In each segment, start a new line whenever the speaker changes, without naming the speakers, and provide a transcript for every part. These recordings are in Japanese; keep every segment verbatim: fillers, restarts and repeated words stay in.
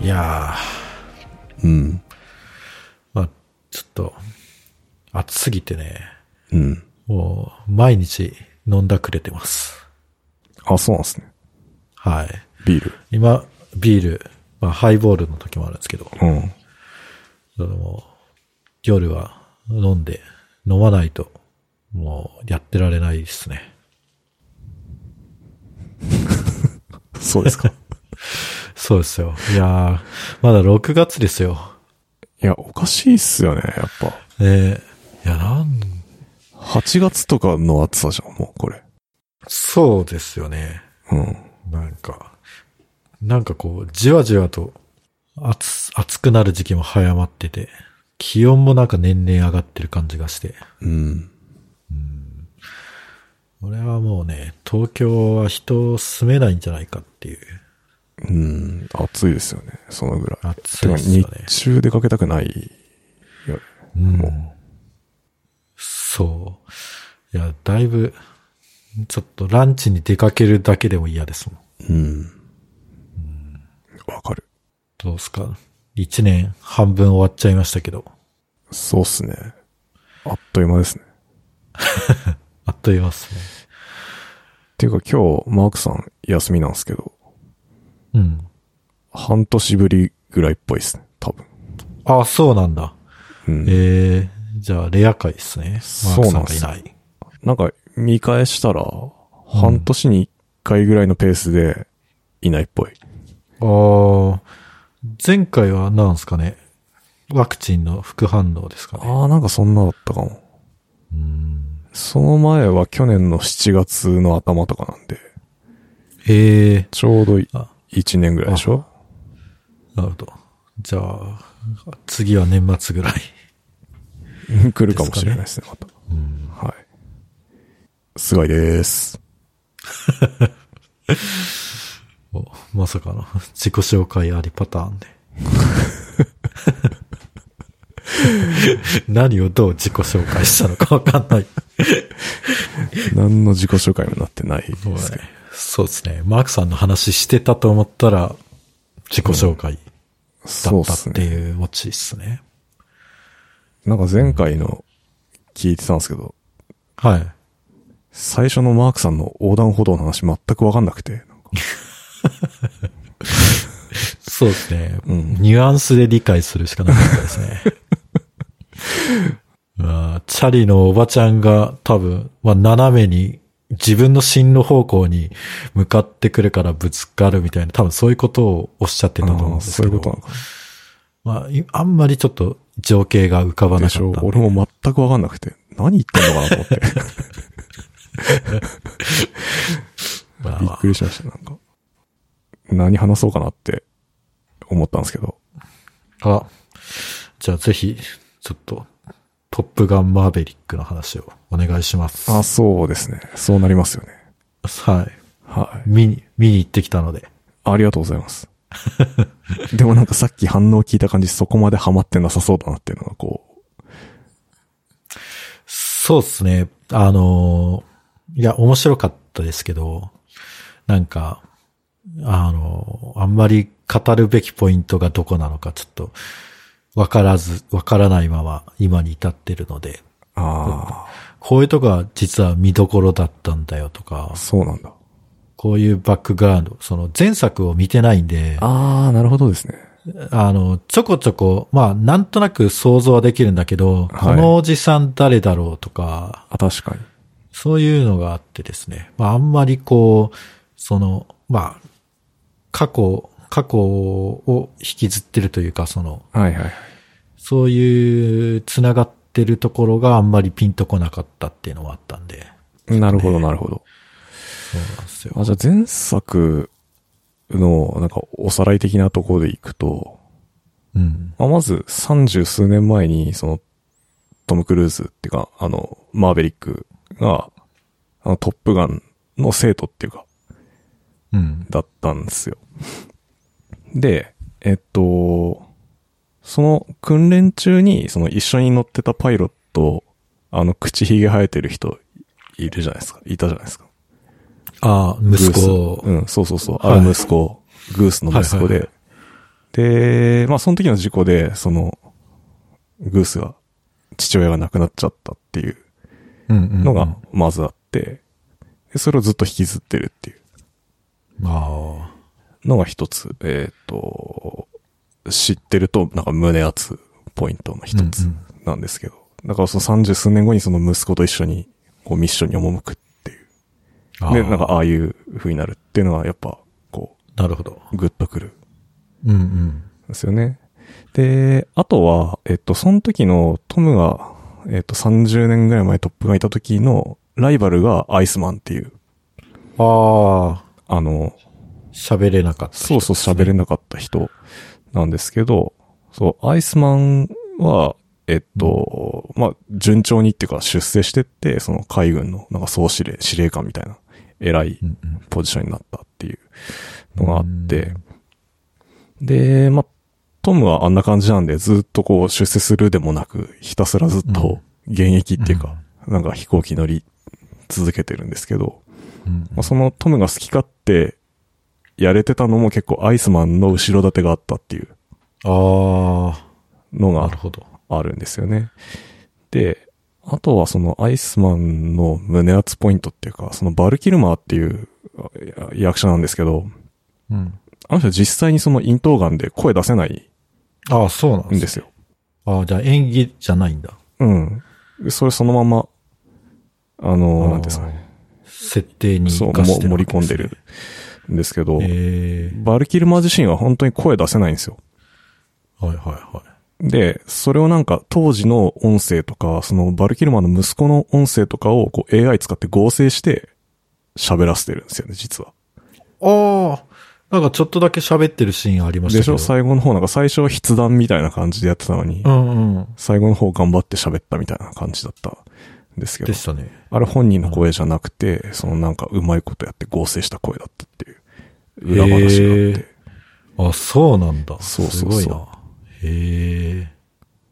や
ー。うん。
まあ、ちょっと、暑すぎてね。
うん。
もう、毎日飲んだくれてます。
あ、そうなんですね。
はい。
ビール。
今、ビール、まあ、ハイボールの時もあるんですけど。
うん。
その夜は飲んで、飲まないと、もう、やってられないですね。
そうですか。
そうですよ。いやー、まだろくがつですよ。
いや、おかしいっすよね、やっぱ。
えー、いや、なん、
はちがつとかの暑さじゃん、もうこれ。
そうですよね。
うん。
なんか、なんかこう、じわじわと暑、暑くなる時期も早まってて、気温もなんか年々上がってる感じがして。
うん。うん。
俺はもうね、東京は人住めないんじゃないかっていう。
うん。暑いですよね、そのぐらい。
暑いですよね。
日中出かけたくないよ。
うん。
もう
そう。いや、だいぶ、ちょっとランチに出かけるだけでも嫌ですもん。
うん。わ、うん、かる。
どうすか？一年半分終わっちゃいましたけど。
そうっすね。あっという間ですね。
あっという間ですね。
っていうか今日、マークさん休みなんですけど。
うん。
半年ぶりぐらいっぽいですね、多分。
あ、そうなんだ。
うん、
えー、じゃあレア回ですね。マークさんがいない。
なんか見返したら、半年に一回ぐらいのペースでいないっぽい。
うん、ああ、前回は何ですかね。ワクチンの副反応ですかね。
ああ、なんかそんなだったかも。
うん、
その前は去年のしちがつの頭とかなんで。
ええー。
ちょうどいちねんぐらいでしょ？
なるほど。じゃあ、次は年末ぐらい。
来るかもしれないですね、また。
うん、
はい。菅井でーす。
お、まさかの自己紹介ありパターンで。何をどう自己紹介したのかわかんない。
何の自己紹介もなってないですけど。
そうですね。マークさんの話してたと思ったら、自己紹介だったっていうオチですね。
なんか前回の聞いてたんですけど、
はい。
最初のマークさんの横断歩道の話全くわかんなくて。なんか
そうですね、
うん。
ニュアンスで理解するしかなかったですね。あ、チャリのおばちゃんが多分、まあ、斜めに自分の進路方向に向かってくるからぶつかるみたいな、多分そういうことをおっしゃってたと思うんですけど。そういうことなのかな。まあ、あんまりちょっと情景が浮かばなかったんで。
でしょ、俺も全くわかんなくて、何言ってんのかなと思って。まあまあ、びっくりしました、なんか。何話そうかなって思ったんですけど。
あ、じゃあぜひ、ちょっと、トップガンマーベリックの話をお願いします。
あ、そうですね。そうなりますよね。
はい。
はい。
見に、見に行ってきたので。
ありがとうございます。でもなんかさっき反応聞いた感じ、そこまでハマってなさそうだなっていうのがこう。
そうですね。あの、いや、面白かったですけど、なんか、あの、あんまり語るべきポイントがどこなのかちょっと、わからず、わからないまま今に至ってるので。
ああ。
こういうとこは実は見どころだったんだよとか。
そうなんだ。
こういうバックグラウンド、その前作を見てないんで。
ああ、なるほどですね。
あの、ちょこちょこ、まあ、なんとなく想像はできるんだけど、はい、このおじさん誰だろうとか。
あ、確かに。
そういうのがあってですね。まあ、あんまりこう、その、まあ、過去、過去を引きずってるというか、その、
はいはい。
そういう繋がってるところがあんまりピンとこなかったっていうのもあったんで。
ね、なるほどなるほど。
そうなんですよ。
あ、じゃあ前作のなんかおさらい的なところでいくと、
うん。
まあ、まず三十数年前にそのトム・クルーズっていうか、あの、マーベリックが、あのトップガンの生徒っていうか、
うん。
だったんですよ。で、えっと、その訓練中に、その一緒に乗ってたパイロット、あの、口ひげ生えてる人、いるじゃないですか。いたじゃないですか。
ああ、息子。
うん、そうそうそう。あの息子、はい、グースの息子で、はいはいはい、 で、まあその時の事故で、その、グースが、父親が亡くなっちゃったっていうのがまずあって、でそれをずっと引きずってるっていうのが一つ、えっと、知ってるとなんか胸熱ポイントの一つなんですけど、うんうん、だからその三十数年後にその息子と一緒にこうミッションに赴くっていう。で、なんかああいう風になるっていうのはやっぱこう、
なるほど。
グッとくる。
うんうん。
ですよね。で、あとは、えっと、その時のトムが、えっと、さんじゅうねんぐらい前トップがいた時のライバルがアイスマンっていう。
あ
あ。あの、
喋れなかった人、
ね。そうそう、喋れなかった人なんですけど、そう、アイスマンは、えっと、うん、まあ、順調にっていうか出世してって、その海軍のなんか総司令、司令官みたいな偉いポジションになったっていうのがあって、うん、で、まあ、トムはあんな感じなんでずっとこう出世するでもなくひたすらずっと現役っていうか、うん、なんか飛行機乗り続けてるんですけど、うんまあ、そのトムが好き勝手やれてたのも結構アイスマンの後ろ盾があったっていうのがあるんですよね。で、あとはそのアイスマンの胸熱ポイントっていうか、そのバルキルマーっていう役者なんですけど、うん、あの人は実際にその咽頭がんで声出せない
ああ、そうなんです、ね、
ですよ。
ああ、じゃあ演技じゃないんだ。
うん。それそのまま、あの、なんですかね。
設定に
そう、盛り込んでるんですけど、バルキルマー自身は本当に声出せないんですよ。
はいはいはい。
で、それをなんか当時の音声とか、そのバルキルマーの息子の音声とかをこう エーアイ 使って合成して喋らせてるんですよね、実は。
ああ。なんかちょっとだけ喋ってるシーンありましたけど。
でしょ最後の方なんか最初は筆談みたいな感じでやってたのに、
うんうん、
最後の方頑張って喋ったみたいな感じだったんですけど。
でしたね。
あれ本人の声じゃなくて、うん、そのなんかうまいことやって合成した声だったっていう裏話があって。
あ、そうなんだ。
そうそうそう。
すごいな。へえ。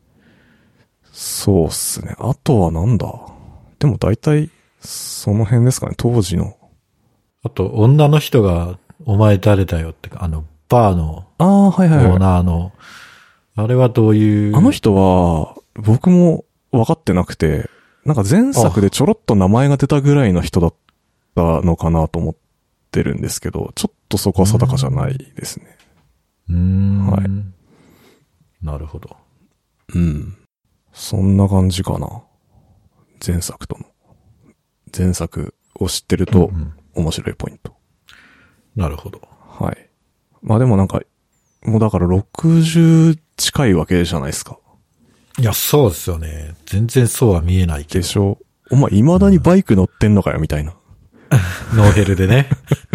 そうっすね。あとはなんだでも大体その辺ですかね、当時の。
あと、女の人が、お前誰だよってか、あの、バーの、
ああ、はいはいはい。
オーナーの、あれはどういう。
あの人は、僕も分かってなくて、なんか前作でちょろっと名前が出たぐらいの人だったのかなと思ってるんですけど、ちょっとそこは定かじゃないですね。
うーん。
はい。
なるほど。
うん。そんな感じかな。前作との。前作を知ってると面白いポイント。
うんうん、なるほど。
はい。まあでもなんか、もうだからろくじゅう近いわけじゃないですか。
いや、そうですよね。全然そうは見えないけど。
でしょ。お前未だにバイク乗ってんのかよ、みたいな。
ノーヘルでね。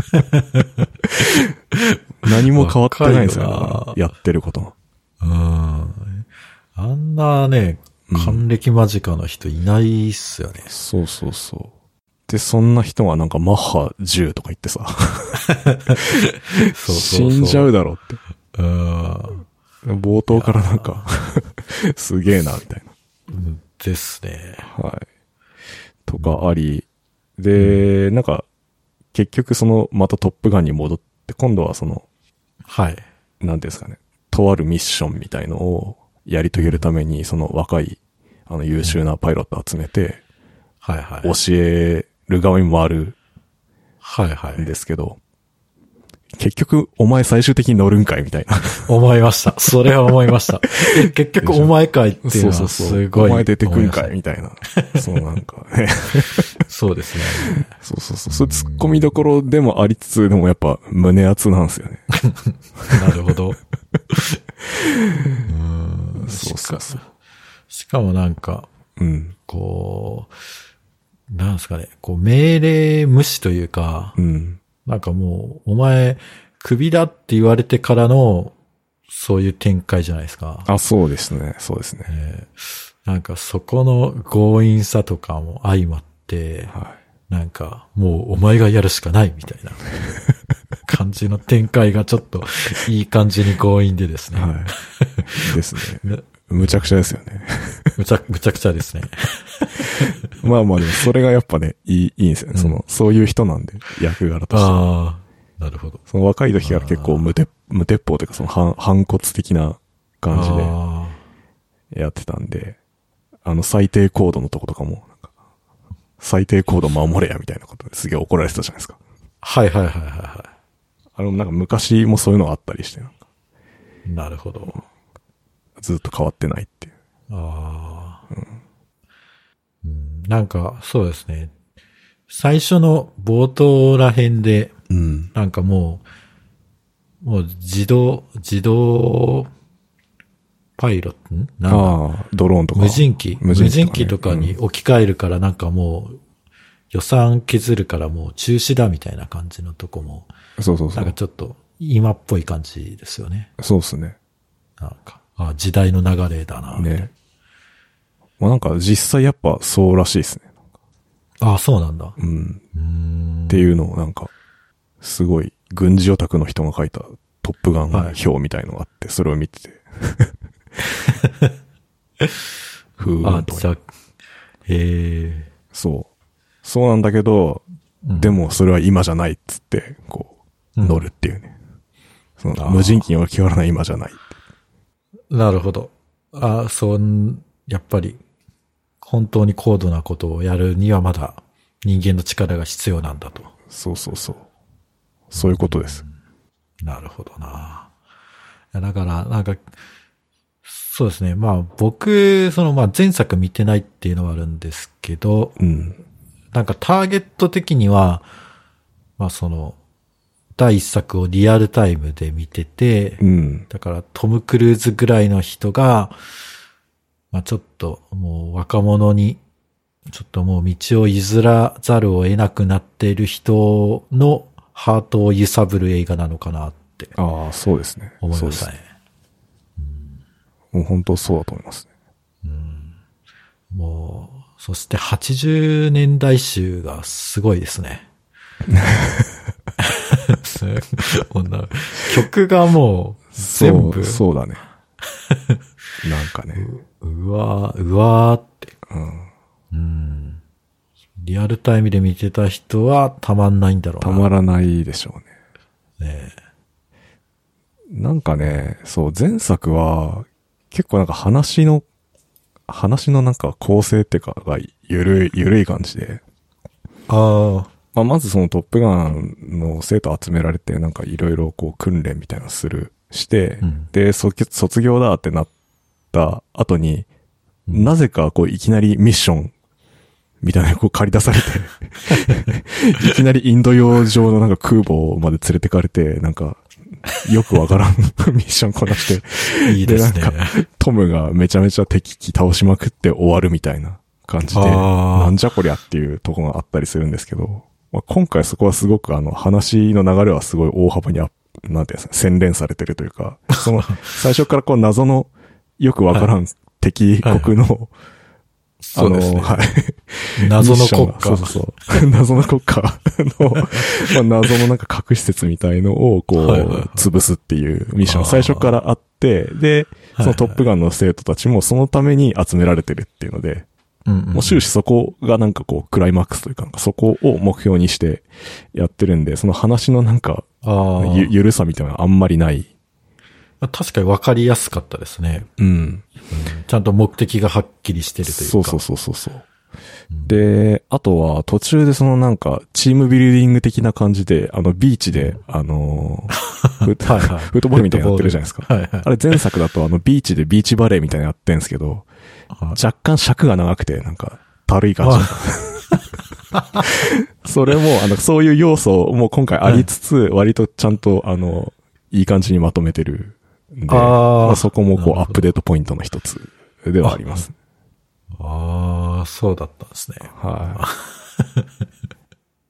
何も変わってないんですよ、やってること。
うん。あんなね、還暦間近の人いないっすよね、
うん。そうそうそう。で、そんな人がなんかマッハじゅうとか言ってさ。そうそうそう死んじゃうだろって。
うん
冒頭からなんか、すげえな、みたいな。
ですね。
はい。とかあり、で、うん、なんか、結局その、またトップガンに戻って、今度はその、
はい。
なんですかね、とあるミッションみたいのをやり遂げるために、その若い、あの優秀なパイロット集めて、
はいはい。
教える側に回る。
はいはい。
んですけど、結局、お前最終的に乗るんかいみたいな。
思いました。それは思いました。結局お前かいっていうのはすごい。そうそうそう。
お前出てくんかいみたいな。そうなんかね。
そうですね。
そうそうそう。そう突っ込みどころでもありつつ、でもやっぱ胸熱なんですよね。
なるほど。う
ーんそうそうそう。
しかもなんか、
うん、
こう、なんですかね、こう命令無視というか、
うん
なんかもう、お前、クビだって言われてからの、そういう展開じゃないですか。
あ、そうですね。そうですね。
えー、なんかそこの強引さとかも相まって、
はい、
なんかもうお前がやるしかないみたいな感じの展開がちょっといい感じに強引でですね。
はい。ですね。むちゃくちゃですよね。
むちゃ、むちゃくちゃですね。
まあまあでもそれがやっぱね、いい、いいんですよね。うん、その、そういう人なんで、役柄として。
ああ、なるほど。
その若い時から結構無鉄、 無鉄砲というかその反、反骨的な感じでやってたんで、あの最低コードのとことかも、なんか最低コード守れやみたいなことですげえ怒られてたじゃないですか。
はいはいはいはいはい。
あの、なんか昔もそういうのがあったりして、なんか
なるほど。
ずっと変わってないっていう。
ああ、うんうん。なんか、そうですね。最初の冒頭ら辺で、うん、なんかもう、もう自動、自動、パイロットんなん
ああ、ドローンとか。
無人機無人機、ね、無人機とかに置き換えるからなんかもう、予算削るからもう中止だみたいな感じのとこも、
そうそうそう。
なんかちょっと今っぽい感じですよね。
そうですね。
なんか、あ時代の流れだな。
ね。まあなんか実際やっぱそうらしいですね。
ああ、そうなんだ。
うん。うーんっていうのをなんか、すごい軍事オタクの人が書いたトップガン表みたいのがあって、はい、それを見てて。ふーんと。あ、じゃあ、
へえ。
そう。そうなんだけど、うん、でもそれは今じゃないっつって、こう、乗るっていうね。うん、その無人機に置き換わらない今じゃない。
なるほど。あ、そう、やっぱり、本当に高度なことをやるにはまだ人間の力が必要なんだと。
そうそうそう。そういうことです。
うん、なるほどな。だから、なんか、そうですね。まあ僕、そのまあ前作見てないっていうのはあるんですけど、うん、なんかターゲット的には、まあその、第一作をリアルタイムで見てて、うん、だからトム・クルーズぐらいの人が、まあちょっともう若者に、ちょっともう道を譲らざるを得なくなっている人のハートを揺さぶる映画なのかなって。
ああ、そうですね。
思いましたね。
もう本当そうだと思いますね。
うん、もう、そしてはちじゅうねんだい集がすごいですね。曲がもう全部。
そう、そうだね。なんかね。
う、うわー、うわーって、うんうん。リアルタイムで見てた人はたまんないんだろう
な。たまらないでしょうね。
ねえ。
なんかね、そう、前作は、結構なんか話の、話のなんか構成っていうかがゆるい、ゆるい感じで。
ああ。
まあ、まずそのトップガンの生徒集められて、なんかいろいろこう訓練みたいなのする、して、うん、で、卒業だってなった後に、うん、なぜかこういきなりミッションみたいなのこう借り出されて、いきなりインド洋上のなんか空母まで連れてかれて、なんか、よくわからんミッションこなして。
いいですね。
で、なんか、トムがめちゃめちゃ敵機倒しまくって終わるみたいな感じで、なんじゃこりゃっていうとこがあったりするんですけど、まあ、今回そこはすごくあの話の流れはすごい大幅にあ、なんていうんですか、洗練されてるというか、その、最初からこう謎のよくわからん敵国の、はいはい
あの、ね、
はい。
謎の国家。
そうそう。謎の国家の、まあ、謎のなんか核施設みたいのをこう、はいはいはい、潰すっていうミッション最初からあって、で、そのトップガンの生徒たちもそのために集められてるっていうので、うんうん、もう終始そこがなんかこう、クライマックスというか、なんかそこを目標にしてやってるんで、その話のなんか、ゆ、ゆるさみたいなのはあんまりない。
確かに分かりやすかったですね。うん。うん、ちゃんと目的がはっきりしてるというか。
そうそうそうそうそう、うん。で、あとは途中でそのなんかチームビルディング的な感じで、あのビーチで、あのー、はいはい、フットボールみたいにやってるじゃないですか。はいはい、あれ前作だとあのビーチでビーチバレーみたいなのやってんですけど、はい、若干尺が長くてなんかたるい感じ。それも、あの、そういう要素も今回ありつつ、割とちゃんとあの、いい感じにまとめてる。で、あまあ、そこもこうアップデートポイントの一つではあります。
ああ、そうだったんですね。
はい。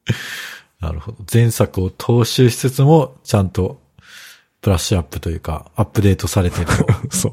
なるほど。前作を踏襲しつつも、ちゃんとブラッシュアップというか、アップデートされてると。
そう。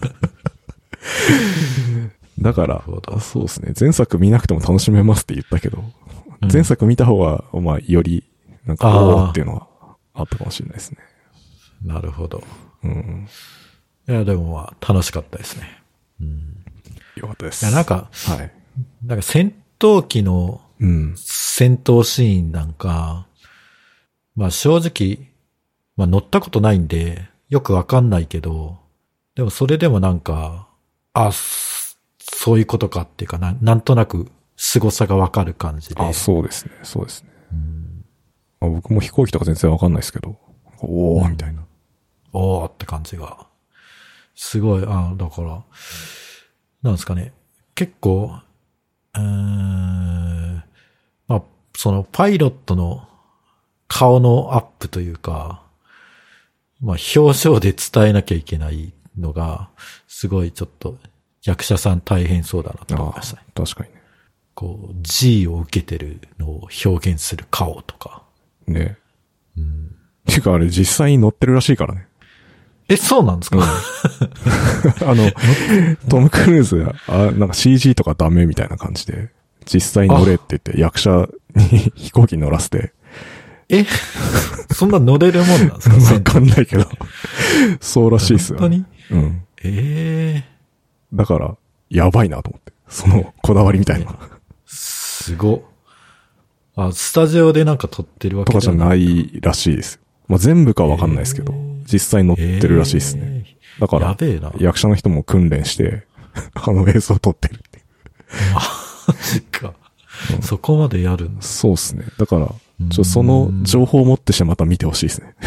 だから、そうですね。前作見なくても楽しめますって言ったけど、うん、前作見た方が、まあ、より、なんか、おーっていうのはあったかもしれないですね。
なるほど。
うん。
いや、でもまあ、楽しかったですね。うん。
よかったです。
いや、なんか、
はい。
なんか戦闘機の、戦闘シーンなんか、うん、まあ正直、 まあ乗ったことないんで、よくわかんないけど、でもそれでもなんか、あ、そういうことかっていうかな、なんとなく凄さがわかる感じで。
あ、そうですね、そうですね。
うん
まあ、僕も飛行機とか全然わかんないですけど、おーみたいな。
おーって感じが。すごい、あだから、なんですかね。結構、うーん、まあ、そのパイロットの顔のアップというか、まあ表情で伝えなきゃいけないのが、すごいちょっと役者さん大変そうだなと思いましたね。
確かにね。
こう、G を受けてるのを表現する顔とか。
ね。
うん。
ていうかあれ実際に乗ってるらしいからね。
え、そうなんですか、うん、
あの、トム・クルーズが、あ、なんか シージー とかダメみたいな感じで、実際に乗れって言って役者に飛行機乗らせて。
えそんな乗れるもんなんですか
わかんないけど。そうらしいっすよ、ね。
本当にうん。ええ
ー。だから、やばいなと思って。その、こだわりみたいな。
すご。あ、スタジオでなんか撮ってるわけ
とかじゃないらしいです。まあ、全部かわかんないですけど、実際乗ってるらしいですね。だから、役者の人も訓練して、あの映像を撮ってるっていう。
マジか。うん、そこまでやるんだ。
そうですね。だから、ちょ、その情報を持ってしてまた見てほしいですね。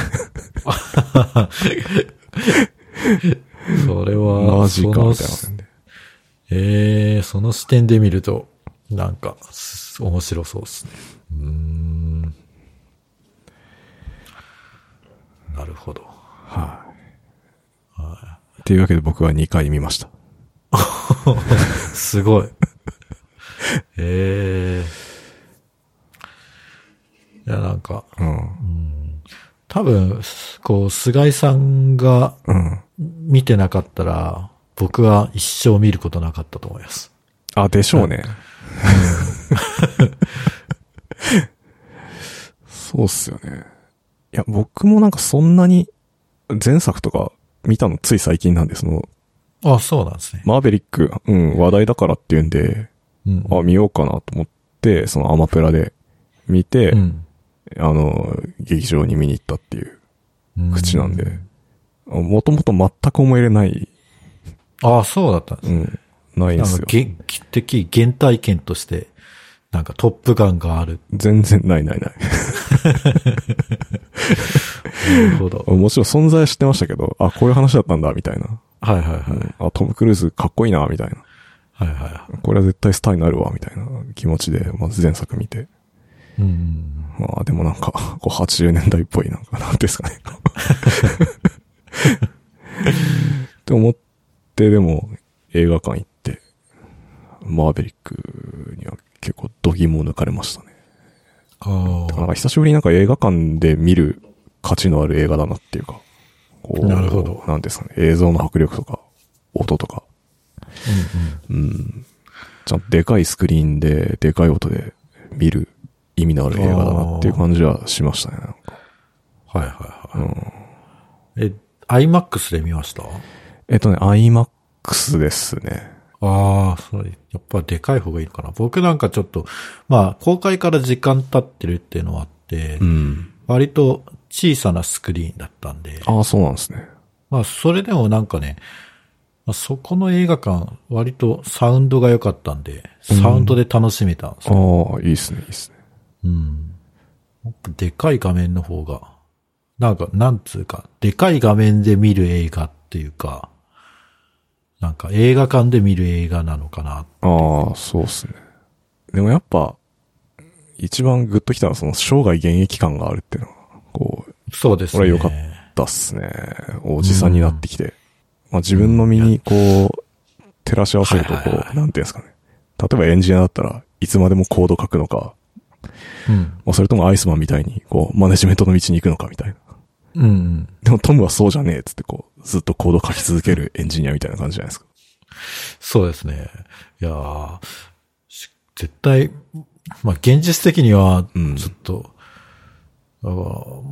それは、
マジかみたいな感じで。
ええー、その視点で見ると、なんか、面白そうですね。うーん。なるほど。
はい、はい。っていうわけで僕はにかい見ました。
すごい。ええー。いや、なんか、うんうん、多分、こう、菅井さんが見てなかったら、僕は一生見ることなかったと思います。
あ、でしょうね。そうっすよね。いや、僕もなんかそんなに前作とか見たのつい最近なんです。の
あ、そうなんですね。
マーベリック、うん、話題だからっていうんで、うんうん、あ、見ようかなと思って、そのアマプラで見て、うん、あの、劇場に見に行ったっていう口なんで、もともと全く思い入れない。
ああ、そうだったんですね。
うん、ないんですよ。
げ的原体験として、なんかトップガンがある。
全然ないないない。
なるほど。
もちろん存在は知ってましたけど、あ、こういう話だったんだ、みたいな。
はいはいはい。
うん、あ、トム・クルーズかっこいいな、みたいな。
はいはい。
これは絶対スターになるわ、みたいな気持ちで、まず前作見て。
うん。
まあでもなんか、こうはちじゅうねんだいっぽい、なんか、なんですかね。って思って、でも映画館行って、マーベリックには結構度肝を抜かれましたね。
ああ。
なんか久しぶりになんか映画館で見る価値のある映画だなっていうか。こう
なるほど。
なんですかね。映像の迫力とか、音とか。
うん、うん。
うん。ちゃんとでかいスクリーンで、でかい音で見る意味のある映画だなっていう感じはしましたね。なんか
はいはいはい。うん、え、アイマックス で見ました？
えっとね、アイマックス ですね。
ああ、それ、やっぱでかい方がいいのかな。僕なんかちょっと、まあ、公開から時間経ってるっていうのはあって、
うん、
割と小さなスクリーンだったんで。
ああ、そうなんですね。
まあ、それでもなんかね、まあ、そこの映画館、割とサウンドが良かったんで、サウンドで楽しめたんですよ。
うん、ああ、いいっすね、いいっすね。
うん。でかい画面の方が、なんか、なんつうか、でかい画面で見る映画っていうか、なんか映画館で見る映画なのかな。
ああ、そうっすね。でもやっぱ、一番グッときたのはその生涯現役感があるっていうのは、こう。
そうですね。
これは良かったっすね。おじさんになってきて。うん、まあ自分の身にこう、照らし合わせるとこう、なんていうんですかね。例えばエンジニアだったらいつまでもコード書くのか、
うん。
まあそれともアイスマンみたいに、こう、マネジメントの道に行くのかみたいな。
うん。
でもトムはそうじゃねえっつってこう、ずっとコード書き続けるエンジニアみたいな感じじゃないですか。
そうですね。いやー、絶対、まあ現実的には、ちょっと、うん、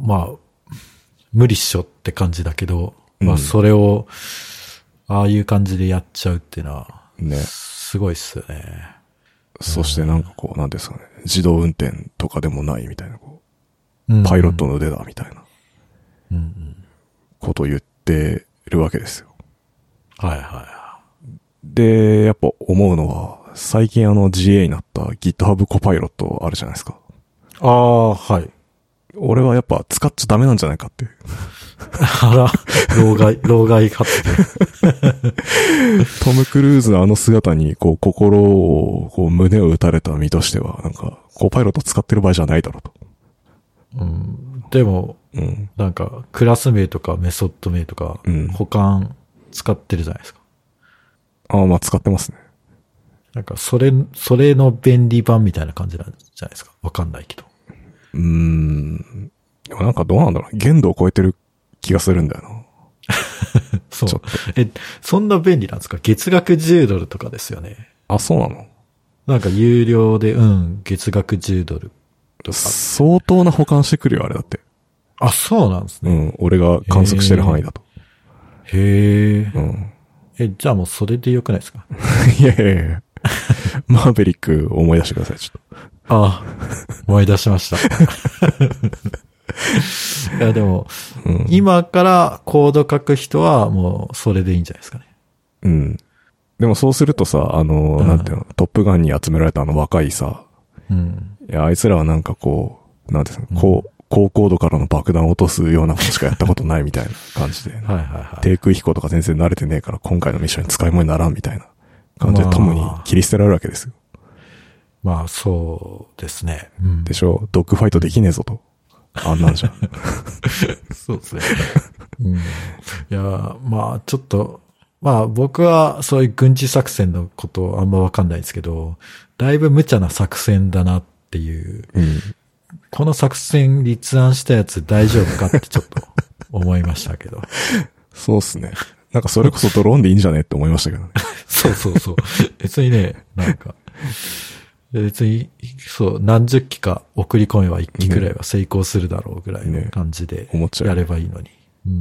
まあ、無理っしょって感じだけど、うん、まあそれを、ああいう感じでやっちゃうっていうのは、ね。すごいっすよね。
そしてなんかこう、なんですかね、自動運転とかでもないみたいな、こう、パイロットの腕だみたいな。
うんうん。
ことを言ってるわけですよ。
はいはい。
で、やっぱ思うのは、最近あの ジーエー になった GitHub Copilot あるじゃないですか。
ああ、はい。
俺はやっぱ使っちゃダメなんじゃないかって。
あら、老害、老害発言。
トム・クルーズのあの姿に、こう、心を、こう、胸を打たれた身としては、なんか、コパイロット使ってる場合じゃないだろうと。
うん。でも、うん、なんか、クラス名とかメソッド名とか、うん、保管使ってるじゃないですか。
ああ、まあ使ってますね。
なんか、それ、それの便利版みたいな感じなんじゃないですか。わかんないけど。
うーん。でもなんかどうなんだろう。限度を超えてる気がするんだよな。
そう。え、そんな便利なんですか？月額じゅうドルとかですよね。
あ、そうなの？
なんか有料で、うん、月額じゅうドルとか。
相当な保管してくるよ、あれだって。
あ、そうなんですね。
うん、俺が観測してる範囲だと。
へえ。
うん。
え、じゃあもうそれでよくないですか？
いやいやいや。マーベリック思い出してください、ちょっと。
ああ、思い出しました。いやでも、うん、今からコード書く人はもうそれでいいんじゃないですかね。
うん。でもそうするとさ、あの、うん、なんていうの、トップガンに集められたあの若いさ、うん。いや、あいつらはなんかこう、なんていうの、うん、こう、高高度からの爆弾を落とすようなことしかやったことないみたいな感じで、ね。はいはいはい。低空飛行とか全然慣れてねえから今回のミッションに使い物にならんみたいな感じでトムに切り捨てられるわけですよ。
まあ、そうですね。
うん、でしょ？ドッグファイトできねえぞと。あんなんじゃん。
そうですね。うん、いや、まあ、ちょっと、まあ僕はそういう軍事作戦のことあんまわかんないですけど、だいぶ無茶な作戦だなっていう。うん、この作戦立案したやつ大丈夫かってちょっと思いましたけど。
そうっすね。なんかそれこそドローンでいいんじゃねって思いましたけどね。
そうそうそう。別にね、なんか、別に、そう、何十機か送り込めば一機くらいは成功するだろうぐらいの感じでやればいいのに。ね、うん。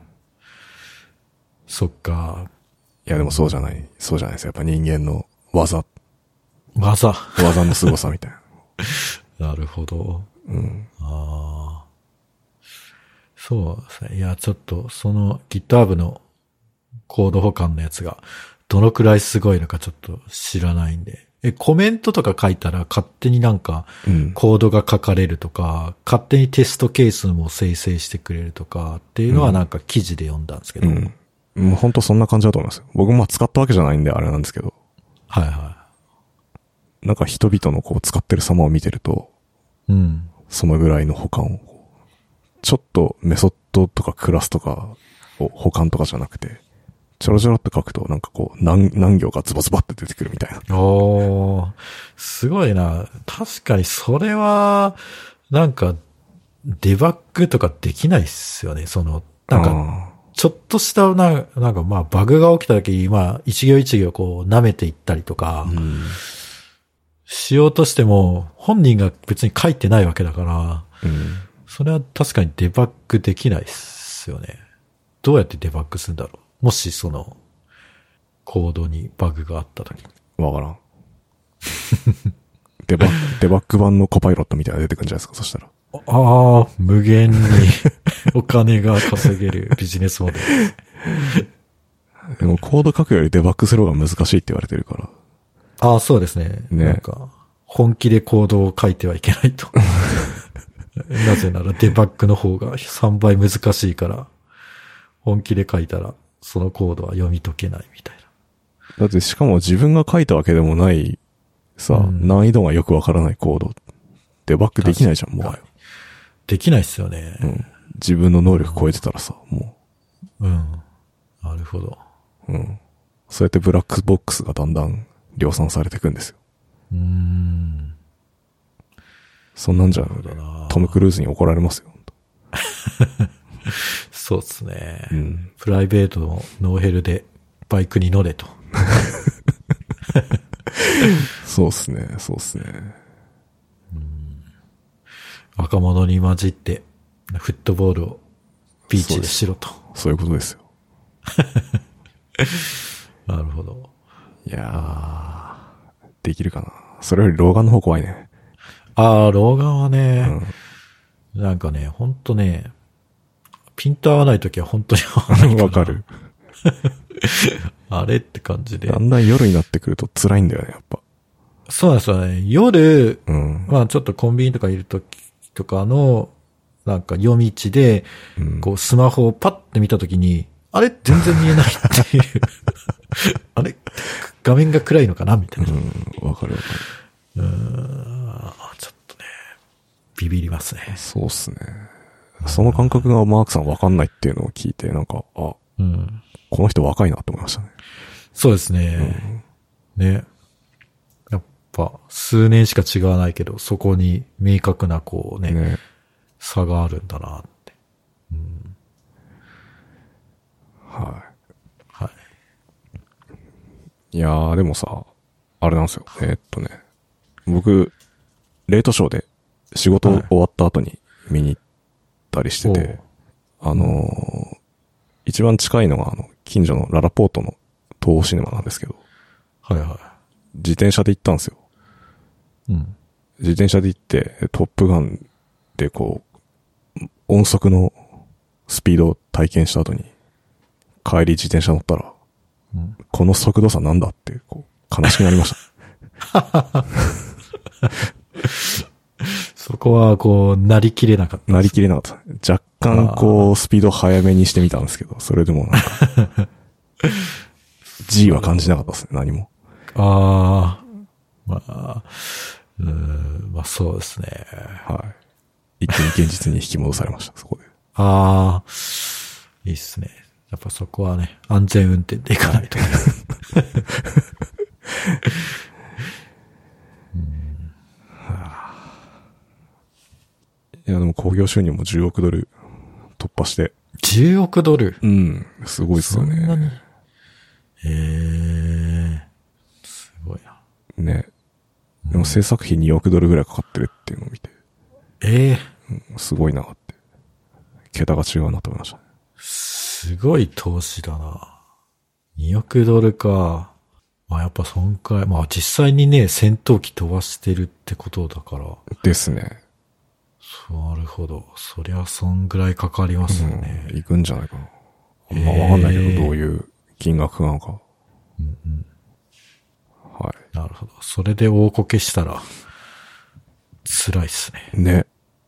そっか。
いやでもそうじゃない。そうじゃないです。やっぱ人間の技。
技。
技の凄さみたい
な。なるほど。うん。ああ。そうですね。いや、ちょっと、その GitHub のコード保管のやつが、どのくらいすごいのかちょっと知らないんで。え、コメントとか書いたら勝手になんか、コードが書かれるとか、うん、勝手にテストケースも生成してくれるとかっていうのはなんか記事で読んだんですけど。
うんうん、もう本当そんな感じだと思います。僕も使ったわけじゃないんであれなんですけど。
はいはい。
なんか人々のこう使ってる様を見てると、うん。そのぐらいの保管を、ちょっとメソッドとかクラスとかを保管とかじゃなくて、ちょろちょろって書くと、なんかこう、何、何行かズバズバって出てくるみたいな。
おー、すごいな。確かにそれは、なんか、デバッグとかできないっすよね。その、なんか、ちょっとしたな、なんかまあ、バグが起きた時、まあ、一行一行こう、舐めていったりとか、うん、しようとしても、本人が別に書いてないわけだから、うん、それは確かにデバッグできないっすよね。どうやってデバッグするんだろう。もしその、コードにバグがあった時。
わからん。デバッグ、デバッグ版のコパイロットみたいなの出てくるんじゃないですか、そしたら。
ああ、無限にお金が稼げるビジネスモデ
ル。でもコード書くよりデバッグする方が難しいって言われてるから。
ああ、そうですね。ね。なんか、本気でコードを書いてはいけないと。なぜならデバッグの方がさんばい難しいから、本気で書いたら、そのコードは読み解けないみたいな。
だってしかも自分が書いたわけでもないさ、うん、難易度がよくわからないコード。デバッグできないじゃん、もう。
できないっすよね。
うん。自分の能力超えてたらさ、も
う。うん。なるほど。
うん。そうやってブラックボックスがだんだん量産されていくんですよ。うーん。そんなんじゃ、トム・クルーズに怒られますよ。
そうっすね。うん。プライベートのノーヘルでバイクに乗れと。
そうっすね、そうっすね。
うん、若者に混じってフットボールをビーチでしろと。
そう、そういうことですよ。
なるほど。
いやー、できるかな。それより老眼の方怖いね。
あー、老眼はね、うん、なんかね、ほんとね、 ピント合わないときは本当に合わないかな。
わかる。
あれって感じで。
だんだん夜になってくると辛いんだよね、やっぱ。
そうなんですよね。夜、
うん。
まあちょっとコンビニとかいるときとかの、なんか夜道で、こうスマホをパッて見たときに、あれ全然見えないっていう。あれ画面が暗いのかなみたいな。
うん、わかるわか
る。うーん、ちょっとね、ビビりますね。
そうっすね。その感覚がマークさんわかんないっていうのを聞いて、なんか、あ、うん、この人若いなって思いましたね。
そうですね。うん、ね。やっぱ、数年しか違わないけど、そこに明確なこうね、ね差があるんだなって。うん、
はい。
はい。
いやー、でもさ、あれなんですよ。えー、っとね、僕、レートショーで仕事終わった後に見に行ったりしてて、はい、あのー、一番近いのがあの、近所のララポートの東宝シネマなんですけど、
はいはい。
自転車で行ったんですよ。
うん。
自転車で行って、トップガンでこう、音速のスピードを体験した後に、帰り自転車乗ったら、うん、この速度差なんだって、こう、悲しくなりました。
そこは、こう、なりきれなかった。
なりきれなかった。若干、こう、スピード早めにしてみたんですけど、それでもなんか、G は感じなかったですね、何も。
ああ、まあ、うーん、まあそうですね。
はい。一気に現実に引き戻されました、そこで。
ああ、いいっすね。やっぱそこはね、安全運転で行かないとね。
うんはあ、いや、でも興行収入もじゅうおくドル突破して。
じゅうおくドル？
うん、すごいっすよね。
そんなに？へえ、すごいな。
ね。でも制作費におくドルぐらいかかってるっていうのを見て。
ええ
ーうん、すごいなって。桁が違うなと思いましたね。
すごい投資だな。におくドルか。まあやっぱそんくらい。まあ実際にね、戦闘機飛ばしてるってことだから。
ですね。
なるほど。そりゃそんぐらいかかりますよね。
うん、行くんじゃないかな。あんまわかんないけど、どういう金額なのか。
うんうん。
はい。
なるほど。それで大こけしたら、辛いっすね。
ね。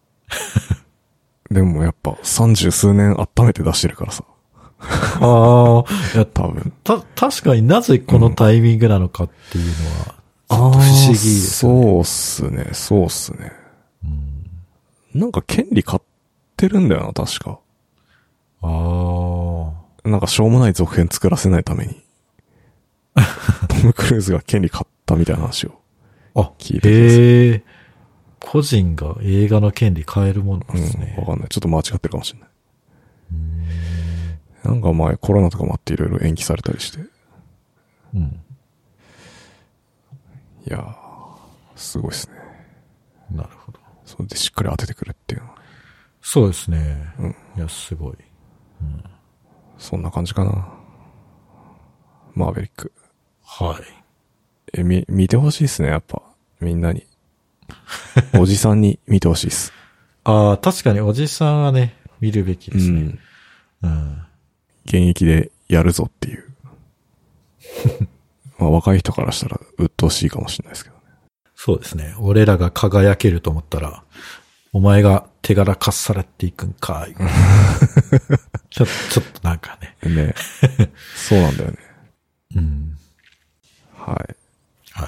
でもやっぱ三十数年温めて出してるからさ。
ああ、いや、多分。た、確かになぜこのタイミングなのかっていうのは、ちょっと不思議ですね。
そうっすね、そうっすね。うん、なんか権利買ってるんだよな、確か。
ああ。
なんかしょうもない続編作らせないために。トム・クルーズが権利買ったみたいな話を聞いてます。
へえ。個人が映画の権利買えるものなんですね。
うん、わかんない。ちょっと間違ってるかもしれない。なんか前コロナとかもあっていろいろ延期されたりして。うん。いやー、すごいですね。
なるほど。
それでしっかり当ててくるっていうのは。
そうですね。うん。いや、すごい。うん。
そんな感じかな。マーベリック。
はい。
え、み、見てほしいですね、やっぱ。みんなに。おじさんに見てほしいです。
ああ、確かにおじさんはね、見るべきですね。うん。うん、
現役でやるぞっていう。まあ若い人からしたら鬱陶しいかもしれないですけどね。
そうですね。俺らが輝けると思ったら、お前が手柄かっさらっていくんかい。ちょ、ちょっとなんかね。
ね。そうなんだよね。
うん。
はい。
はい。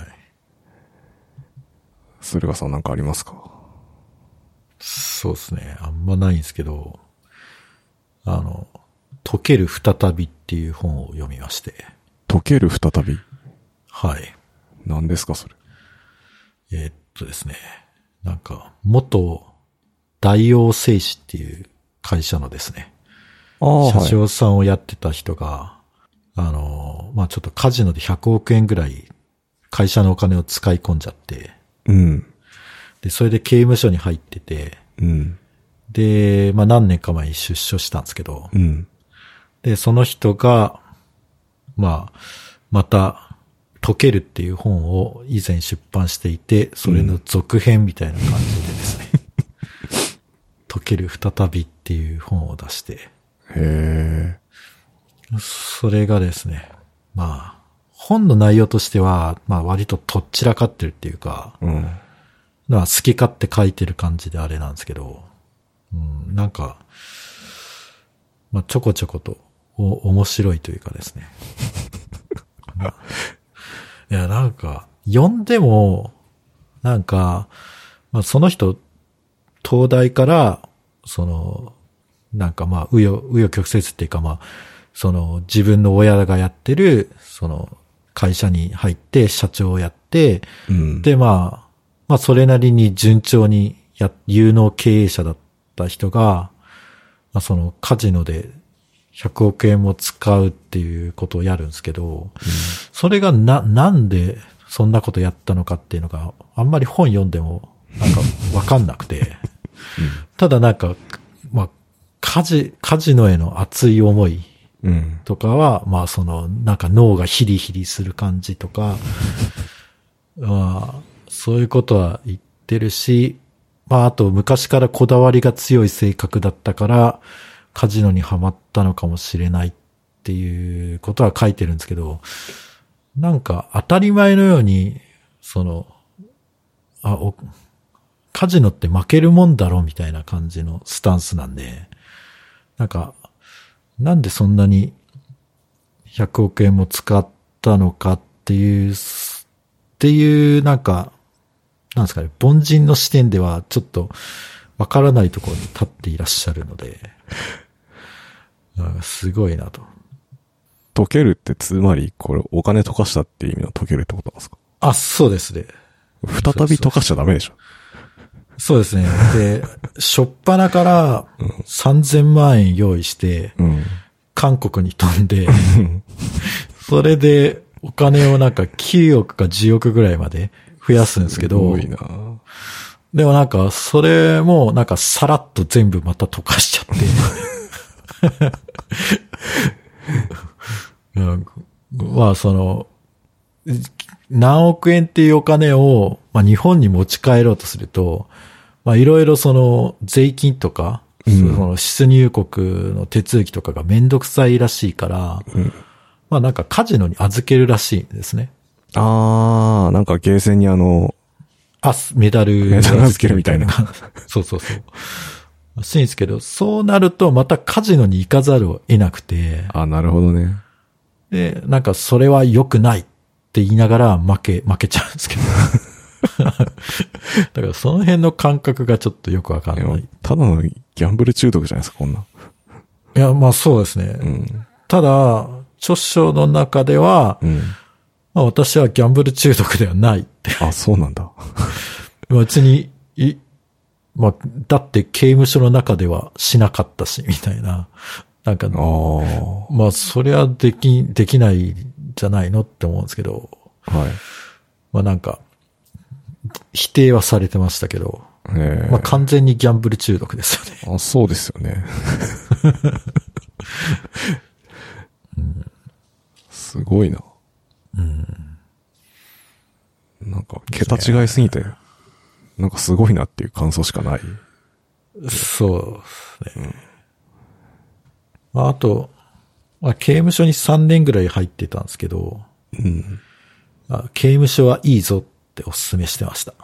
駿河さんなんかありますか？
そうですね。あんまないんですけど、あの、溶ける再びっていう本を読みまして。
溶ける再び？
はい。
何ですかそれ？
えー、っとですね。なんか、元大王製紙っていう会社のですね。社長さんをやってた人が、はい、あの、まあ、ちょっとカジノでひゃくおくえんぐらい会社のお金を使い込んじゃって、
うん。
で、それで刑務所に入ってて、
うん。
で、まあ、何年か前に出所したんですけど、
うん。
で、その人が、まあ、また、溶けるっていう本を以前出版していて、それの続編みたいな感じでですね、うん、溶ける再びっていう本を出して、
へ
ー。それがですね、まあ、本の内容としては、まあ割ととっちらかってるっていうか、
うん。
まあ好き勝手書いてる感じであれなんですけど、うん、なんか、まあちょこちょことお面白いというかですね。まあ、いや、なんか、読んでも、なんか、まあその人、東大から、その、なんかまあ、うよ、うよ曲折っていうかまあ、その自分の親がやってる、その会社に入って社長をやって、
うん、
でまあ、まあそれなりに順調にや、有能経営者だった人が、まあそのカジノでひゃくおくえんも使うっていうことをやるんですけど、うん、それがな、なんでそんなことやったのかっていうのがあんまり本読んでもなんかわかんなくて、うん、ただなんか、まあ、カジ、カジノへの熱い思いとかは、うん、まあその、なんか脳がヒリヒリする感じとか、まあ、そういうことは言ってるし、まああと昔からこだわりが強い性格だったから、カジノにはまったのかもしれないっていうことは書いてるんですけど、なんか当たり前のように、その、あ、お、カジノって負けるもんだろみたいな感じのスタンスなんで、なんか、なんでそんなにひゃくおくえんも使ったのかっていう、っていうなんか、なんですかね、凡人の視点ではちょっとわからないところに立っていらっしゃるので、すごいなと。
溶けるってつまりこれお金溶かしたっていう意味の溶けるってことなんですか？
あ、そうですね。
再び溶かしちゃダメでしょ。
そうですね。で、しょっぱなからさんぜんまんえん用意して、うん、韓国に飛んで、それでお金をなんかきゅうおくかじゅうおくぐらいまで増やすんですけど、
すごいな。
でもなんか、それもなんかさらっと全部また溶かしちゃって、まあその、何億円っていうお金を、まあ、日本に持ち帰ろうとすると、まあいろいろその税金とか、うん、その出入国の手続きとかがめんどくさいらしいから、うん、まあなんかカジノに預けるらしいんですね。
あー、なんかゲーセンにあの、
あ、メダル。
メダル預けるみたいな。
そうそうそう。らしいんですけど、そうなるとまたカジノに行かざるを得なくて。
あ、なるほどね。
で、なんかそれは良くないって言いながら負け、負けちゃうんですけど。だからその辺の感覚がちょっとよくわかんない。
ただのギャンブル中毒じゃないですか、こんな。
いや、まあそうですね。うん、ただ、著書の中では、うん、まあ、私はギャンブル中毒ではないって。
あ、そうなんだ。
別に、い、まあ、だって刑務所の中ではしなかったし、みたいな。なんか、あまあ、それはでき、できないんじゃないのって思うんですけど。はい。まあなんか、否定はされてましたけど。まあ完全にギャンブル中毒ですよね。
あ、そうですよね。うん、すごいな。うん。なんか、桁違いすぎて、なんかすごいなっていう感想しかない。
そうですね。うん、あと、まあ、刑務所にさんねんぐらい入ってたんですけど、うん、あ刑務所はいいぞってお勧めしてました。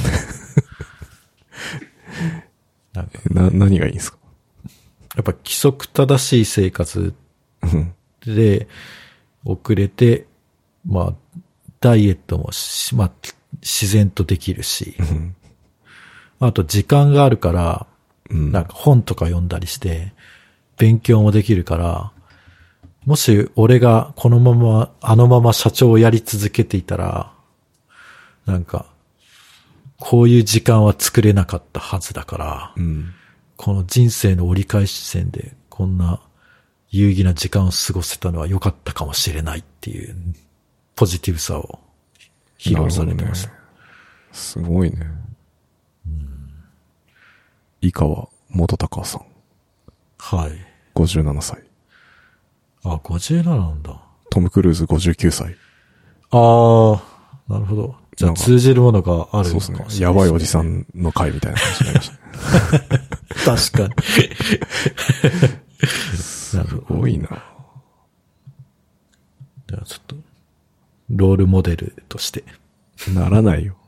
なんかな、何がいいんですか？
やっぱ規則正しい生活で遅れて、まあ、ダイエットもし、まあ、自然とできるし、うん、あと時間があるから、うん、なんか本とか読んだりして、勉強もできるから、もし俺がこのまま、あのまま社長をやり続けていたら、なんか、こういう時間は作れなかったはずだから、うん、この人生の折り返し地点でこんな有意義な時間を過ごせたのは良かったかもしれないっていうポジティブさを披露されてました。
ね、すごいね。うん、井川元隆さん。
はい。
ごじゅうななさい。
あ、ごじゅうなななんだ。
トム・クルーズごじゅうきゅうさい。
ああ、なるほど。じゃあ通じるものがあるのかもしれない、ね。そうですね。
やばいおじさんの回みたいな感じになりましたね。
確かに。
すごいな。
じゃあちょっと、ロールモデルとして。
ならないよ。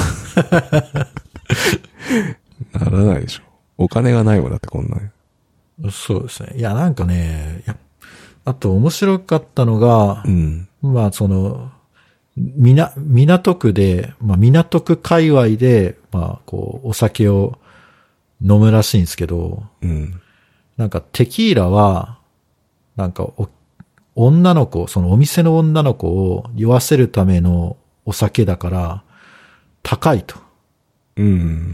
ならないでしょ。お金がないもんだってこんな
に。そうですね。いや、なんかね、やあと面白かったのが、
うん、
まあその、みな、港区で、まあ港区界隈で、まあこう、お酒を飲むらしいんですけど、
うん、
なんかテキーラは、なんかお、女の子、そのお店の女の子を酔わせるためのお酒だから、高いと。
うん。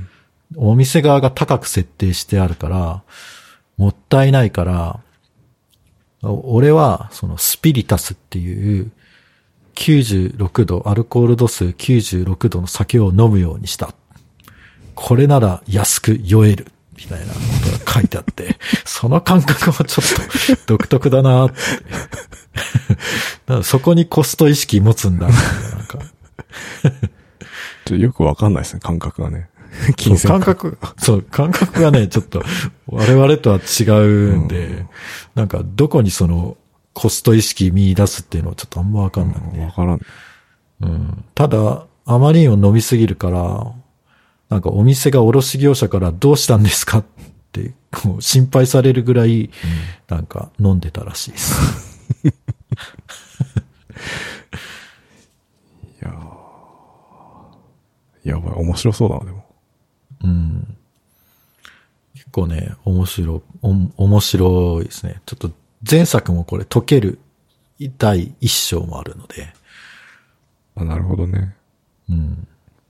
お店側が高く設定してあるから、もったいないから、俺は、そのスピリタスっていう、きゅうじゅうろくど、アルコール度数きゅうじゅうろくどの酒を飲むようにした。これなら安く酔える。みたいなことが書いてあって、その感覚はちょっと独特だなって。そこにコスト意識持つんだ。なんか
ちょよくわかんないですね、感覚がね。
金銭感覚、そう、感覚がね、ちょっと我々とは違うんで、うん、なんかどこにそのコスト意識見出すっていうのはちょっとあんまわかんないんで。
わ、うん、からん。
うん。ただ、あまりにも飲みすぎるから、なんかお店が卸業者からどうしたんですかってこう心配されるぐらい、なんか飲んでたらしいです。い
やー、やばい、面白そうだな、でも。
うん。結構ね、面白、お、面白いですね。ちょっと前作もこれ解ける第一章もあるので。
あ、なるほどね。
うん。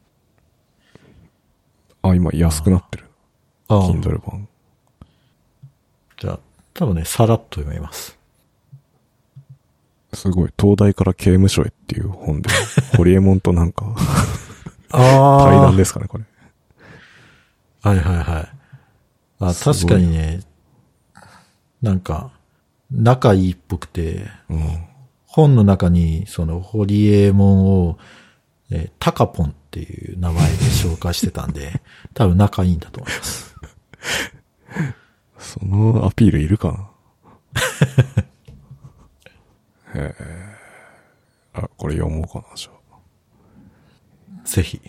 あ、今安くなってる。ああ。Kindle 版。
じゃあ、多分ね、さらっと読めます。
すごい。東大から刑務所へっていう本で、ホリエモンとなんか
ああ。
対談ですかね、これ。
はいはいはい。あ、確かにね、なんか、仲いいっぽくて、
うん、
本の中に、その、ホリエモンを、えー、タカポンっていう名前で紹介してたんで、多分仲いいんだと思います。
そのアピールいるかなへえ。あ、これ読もうかな、じゃ
あ。ぜひ。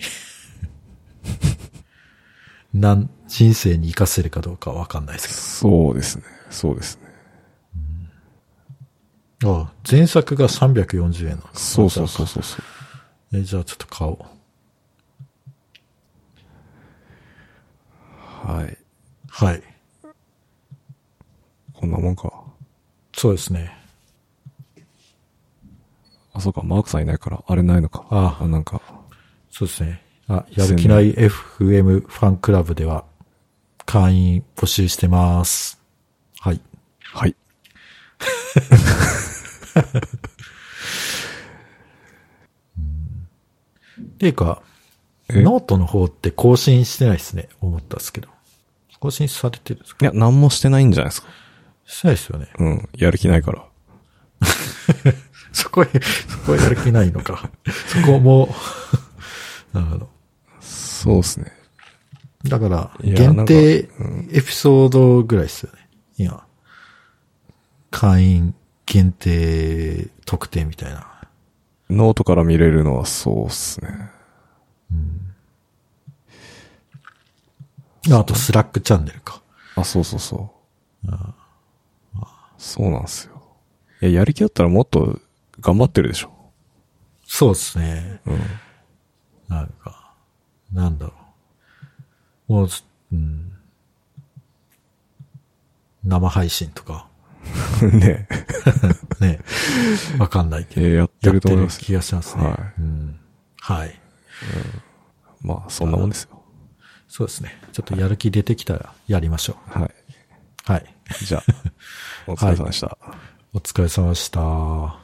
なん、人生に活かせるかどうかわかんないですけど。
そうですね。そうですね。
うん、あ、前作がさんびゃくよんじゅうえんなんです。
そうそうそうそうそう。
え、じゃあちょっと買おう。
はい。
はい。
こんなもんか。
そうですね。
あ、そうか、マークさんいないから、あれないのか。
ああ、
なんか。
そうですね。あ、やる気ない エフエム ファンクラブでは会員募集してます。はい。
はい。
っていうか、ノートの方って更新してないですね。思ったんですけど。更新されてるんですか？
いや、何もしてないんじゃないですか。
してないですよね。
うん。やる気ないから。
そこへ、そこへやる気ないのか。そこも、なるほど。
そうですね。
だから、限定エピソードぐらいですよね。今。会員限定特典みたいな。
ノートから見れるのはそうっすね。
うん。あと、スラックチャンネルか。
あ、そうそうそう。ああ、そうなんですよ。いや、やる気だったらもっと頑張ってるでしょ。
そうですね。
うん。
なんか、なんだろう。もう、うん。生配信とか。
ね
え。ねえ。わかんないけど。
えー、やってると思います。
やってる気がしますね。
はい。
うん、はい、
うん。まあ、そんなもんですよ。
そうですね。ちょっとやる気出てきたらやりましょ
う。はい。
はい。
じゃあ、お疲れ様でした。
はい、お疲れ様でした。